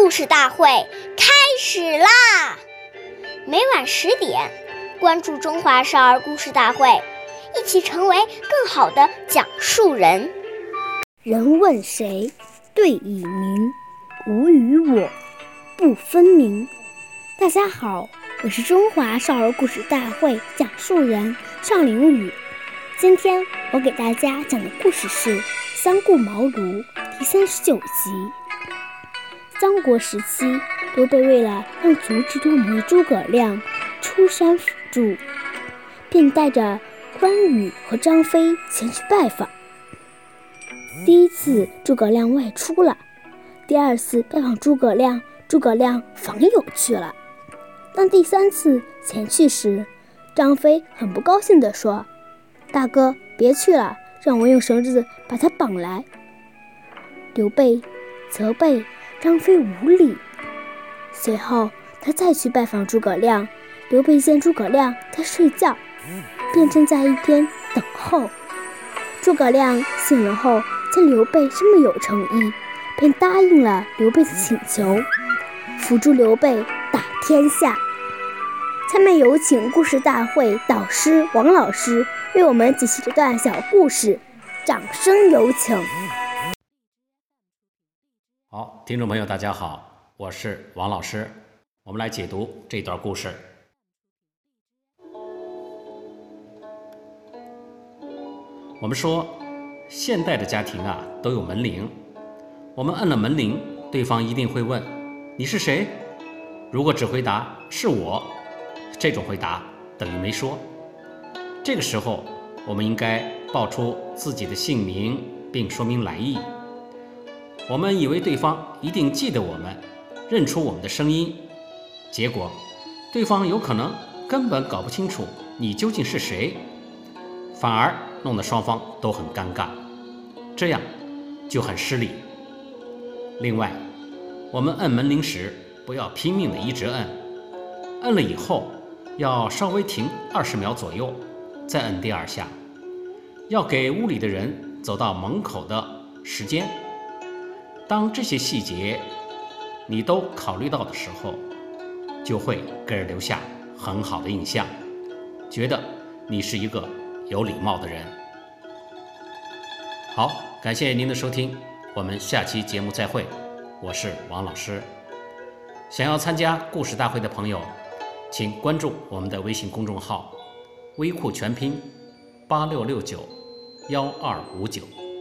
故事大会开始啦！每晚10点，关注中华少儿故事大会，一起成为更好的讲述人。 人问谁，对以明，吾与我不分明。大家好，我是中华少儿故事大会讲述人邵凌宇。今天我给大家讲的故事是《三顾茅庐》第39集。三国时期，刘备为了让足智多谋的诸葛亮出山辅助，便带着关羽和张飞前去拜访。第一次诸葛亮外出了，第二次拜访诸葛亮访友去了。当第三次前去时，张飞很不高兴地说：“大哥，别去了，让我用绳子把他绑来。”刘备责备张飞无礼。随后他再去拜访诸葛亮，刘备见诸葛亮在睡觉，便站在一边等候。诸葛亮醒了后，见刘备这么有诚意，便答应了刘备的请求，辅助刘备打天下。下面有请故事大会导师王老师为我们解析这段小故事，掌声有请。 好，听众朋友大家好，我是王老师，我们来解读这段故事。我们说现代的家庭都有门铃，我们按了门铃，对方一定会问你是谁。如果只回答是我，这种回答等于没说。这个时候我们应该报出自己的姓名并说明来意。我们以为对方一定记得我们，认出我们的声音，结果对方有可能根本搞不清楚你究竟是谁，反而弄得双方都很尴尬，这样就很失礼。另外，我们摁门铃时不要拼命的一直摁，摁了以后要稍微停20秒左右，再摁第二下，要给屋里的人走到门口的时间。当这些细节你都考虑到的时候，就会给人留下很好的印象，觉得你是一个有礼貌的人。好，感谢您的收听，我们下期节目再会，我是王老师。想要参加故事大会的朋友，请关注我们的微信公众号微库全拼86691259。